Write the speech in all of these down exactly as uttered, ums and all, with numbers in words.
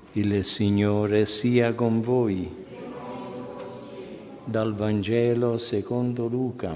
Il Signore sia con voi. Dal Vangelo secondo Luca.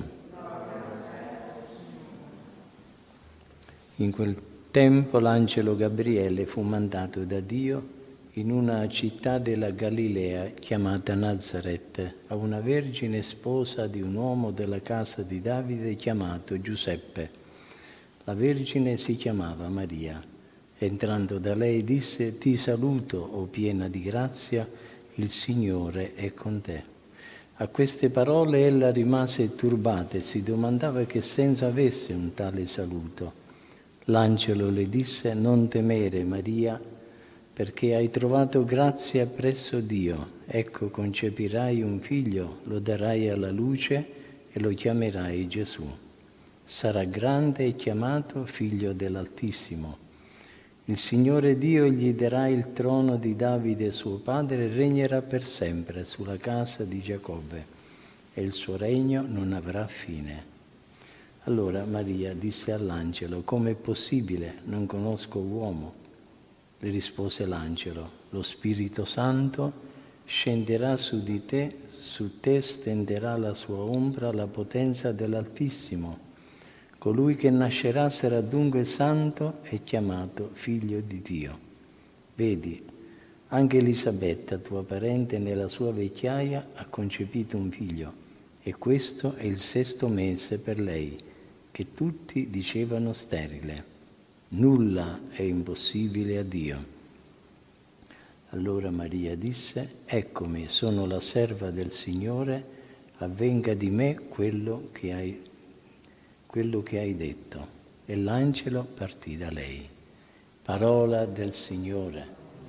In quel tempo l'angelo Gabriele fu mandato da Dio in una città della Galilea chiamata Nazaret a una vergine sposa di un uomo della casa di Davide chiamato Giuseppe. La vergine si chiamava Maria. Entrando da lei disse: «Ti saluto, o piena di grazia, il Signore è con te». A queste parole ella rimase turbata e si domandava che senso avesse un tale saluto. L'angelo le disse: «Non temere, Maria, perché hai trovato grazia presso Dio. Ecco, concepirai un figlio, lo darai alla luce e lo chiamerai Gesù. Sarà grande e chiamato Figlio dell'Altissimo. Il Signore Dio gli darà il trono di Davide suo padre e regnerà per sempre sulla casa di Giacobbe, e il suo regno non avrà fine». Allora Maria disse all'angelo: «Com'è possibile? Non conosco uomo». Le rispose l'angelo: «Lo Spirito Santo scenderà su di te, su te stenderà la sua ombra la potenza dell'Altissimo. Colui che nascerà sarà dunque santo e chiamato Figlio di Dio. Vedi, anche Elisabetta, tua parente, nella sua vecchiaia ha concepito un figlio, e questo è il sesto mese per lei, che tutti dicevano sterile. Nulla è impossibile a Dio». Allora Maria disse: «Eccomi, sono la serva del Signore, avvenga di me quello che hai, quello che hai detto». E l'angelo partì da lei. Parola del Signore.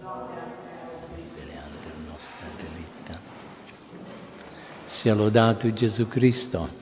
Del nostro delitta. Sia lodato Gesù Cristo.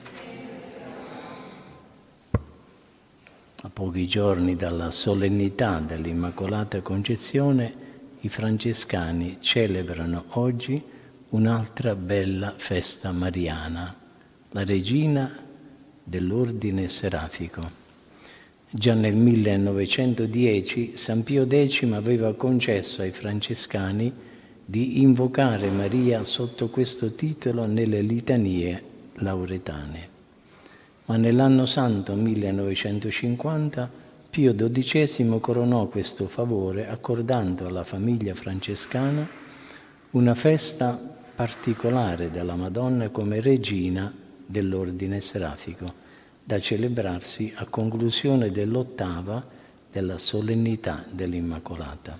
A pochi giorni dalla solennità dell'Immacolata Concezione, i francescani celebrano oggi un'altra bella festa mariana, la regina dell'ordine serafico. Già nel millenovecentodieci San Pio X aveva concesso ai francescani di invocare Maria sotto questo titolo nelle litanie lauretane. Ma nell'anno santo millenovecentocinquanta Pio dodicesimo coronò questo favore accordando alla famiglia francescana una festa particolare della Madonna come regina dell'ordine serafico, da celebrarsi a conclusione dell'ottava della solennità dell'Immacolata.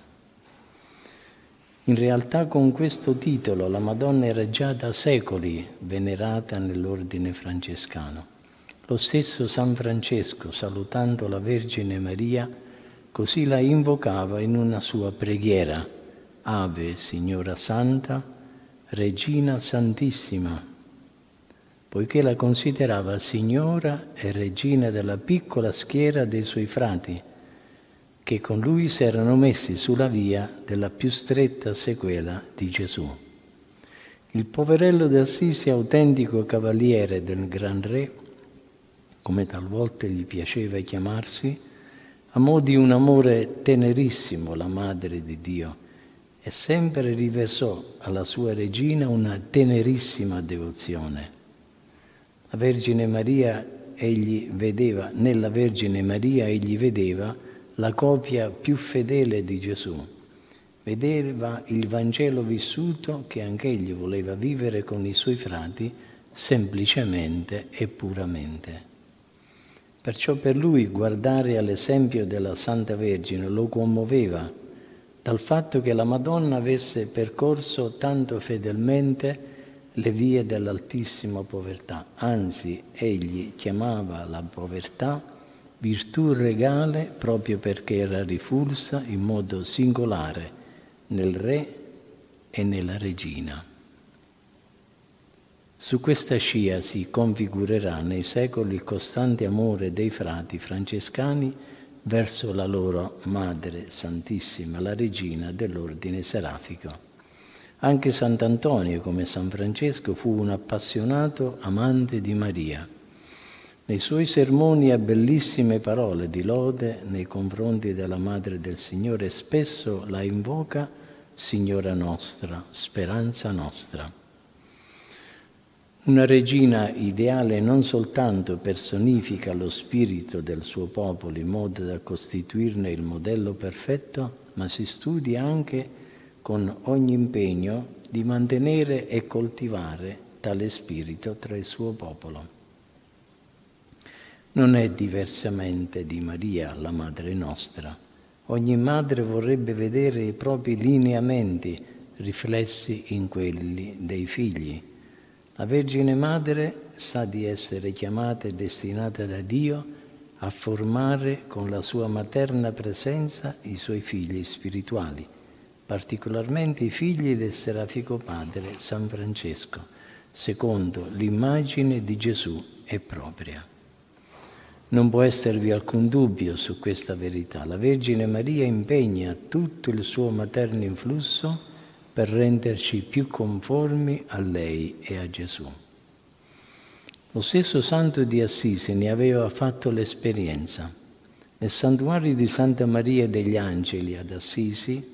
In realtà con questo titolo la Madonna era già da secoli venerata nell'ordine francescano. Lo stesso San Francesco, salutando la Vergine Maria, così la invocava in una sua preghiera: «Ave, Signora Santa, Regina Santissima», poiché la considerava Signora e Regina della piccola schiera dei suoi frati, che con lui si erano messi sulla via della più stretta sequela di Gesù. Il poverello d'Assisi, autentico cavaliere del Gran Re, come talvolta gli piaceva chiamarsi, amò di un amore tenerissimo la Madre di Dio e sempre riversò alla sua regina una tenerissima devozione. La Vergine Maria, egli vedeva, nella Vergine Maria egli vedeva la copia più fedele di Gesù. Vedeva il Vangelo vissuto che anch'egli voleva vivere con i suoi frati semplicemente e puramente. Perciò per lui guardare all'esempio della Santa Vergine lo commuoveva, dal fatto che la Madonna avesse percorso tanto fedelmente le vie dell'altissima povertà. Anzi, egli chiamava la povertà virtù regale proprio perché era rifulsa in modo singolare nel Re e nella Regina. Su questa scia si configurerà nei secoli il costante amore dei frati francescani verso la loro Madre Santissima, la Regina dell'ordine serafico. Anche Sant'Antonio, come San Francesco, fu un appassionato amante di Maria. Nei suoi sermoni ha bellissime parole di lode nei confronti della Madre del Signore e spesso la invoca Signora nostra, speranza nostra. Una regina ideale non soltanto personifica lo spirito del suo popolo in modo da costituirne il modello perfetto, ma si studia anche con ogni impegno di mantenere e coltivare tale spirito tra il suo popolo. Non è diversamente di Maria, la Madre nostra. Ogni madre vorrebbe vedere i propri lineamenti riflessi in quelli dei figli. La Vergine Madre sa di essere chiamata e destinata da Dio a formare con la sua materna presenza i suoi figli spirituali, particolarmente i figli del Serafico Padre San Francesco, secondo l'immagine di Gesù è propria. Non può esservi alcun dubbio su questa verità. La Vergine Maria impegna tutto il suo materno influsso per renderci più conformi a lei e a Gesù. Lo stesso Santo di Assisi ne aveva fatto l'esperienza. Nel santuario di Santa Maria degli Angeli ad Assisi,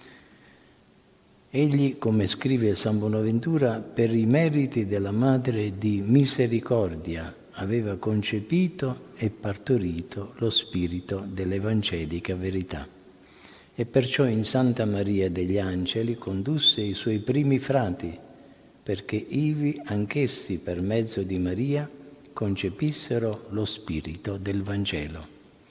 egli, come scrive San Bonaventura, per i meriti della Madre di Misericordia aveva concepito e partorito lo spirito dell'evangelica verità. E perciò in Santa Maria degli Angeli condusse i suoi primi frati, perché ivi anch'essi per mezzo di Maria concepissero lo spirito del Vangelo.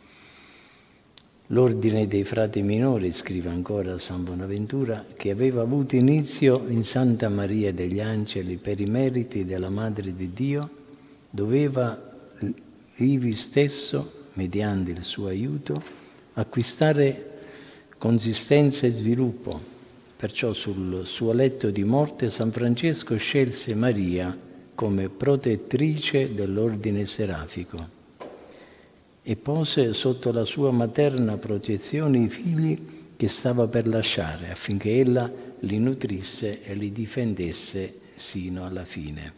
L'ordine dei frati minori, scrive ancora San Bonaventura, che aveva avuto inizio in Santa Maria degli Angeli per i meriti della Madre di Dio, doveva ivi stesso, mediante il suo aiuto, acquistare consistenza e sviluppo. Perciò sul suo letto di morte San Francesco scelse Maria come protettrice dell'ordine serafico e pose sotto la sua materna protezione i figli che stava per lasciare, affinché ella li nutrisse e li difendesse sino alla fine.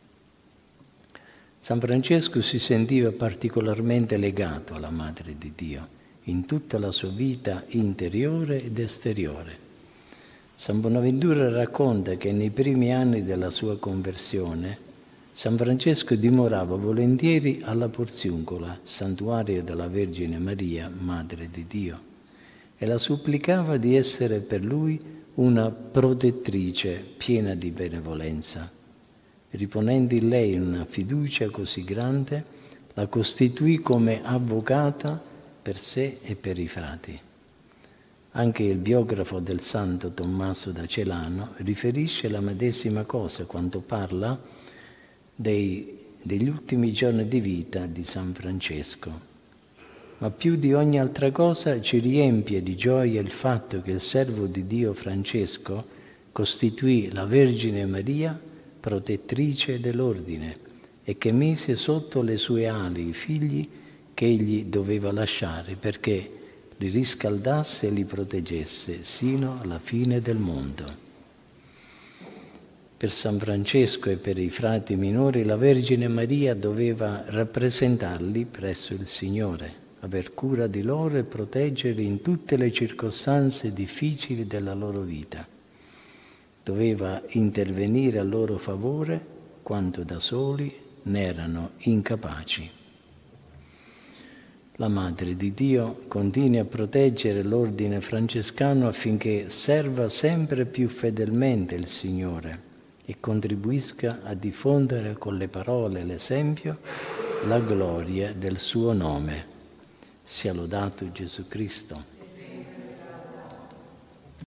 San Francesco si sentiva particolarmente legato alla Madre di Dio in tutta la sua vita interiore ed esteriore. San Bonaventura racconta che nei primi anni della sua conversione San Francesco dimorava volentieri alla Porziuncola, santuario della Vergine Maria, Madre di Dio, e la supplicava di essere per lui una protettrice piena di benevolenza. Riponendo in lei una fiducia così grande, la costituì come avvocata per sé e per i frati. Anche il biografo del santo Tommaso da Celano riferisce la medesima cosa quando parla dei, degli ultimi giorni di vita di San Francesco. Ma più di ogni altra cosa ci riempie di gioia il fatto che il servo di Dio Francesco costituì la Vergine Maria protettrice dell'ordine e che mise sotto le sue ali i figli che egli doveva lasciare perché li riscaldasse e li proteggesse sino alla fine del mondo. Per San Francesco e per i frati minori la Vergine Maria doveva rappresentarli presso il Signore, aver cura di loro e proteggerli in tutte le circostanze difficili della loro vita. Doveva intervenire a loro favore quando da soli ne erano incapaci. La Madre di Dio continua a proteggere l'ordine francescano affinché serva sempre più fedelmente il Signore e contribuisca a diffondere con le parole e l'esempio la gloria del suo nome. Sia lodato Gesù Cristo.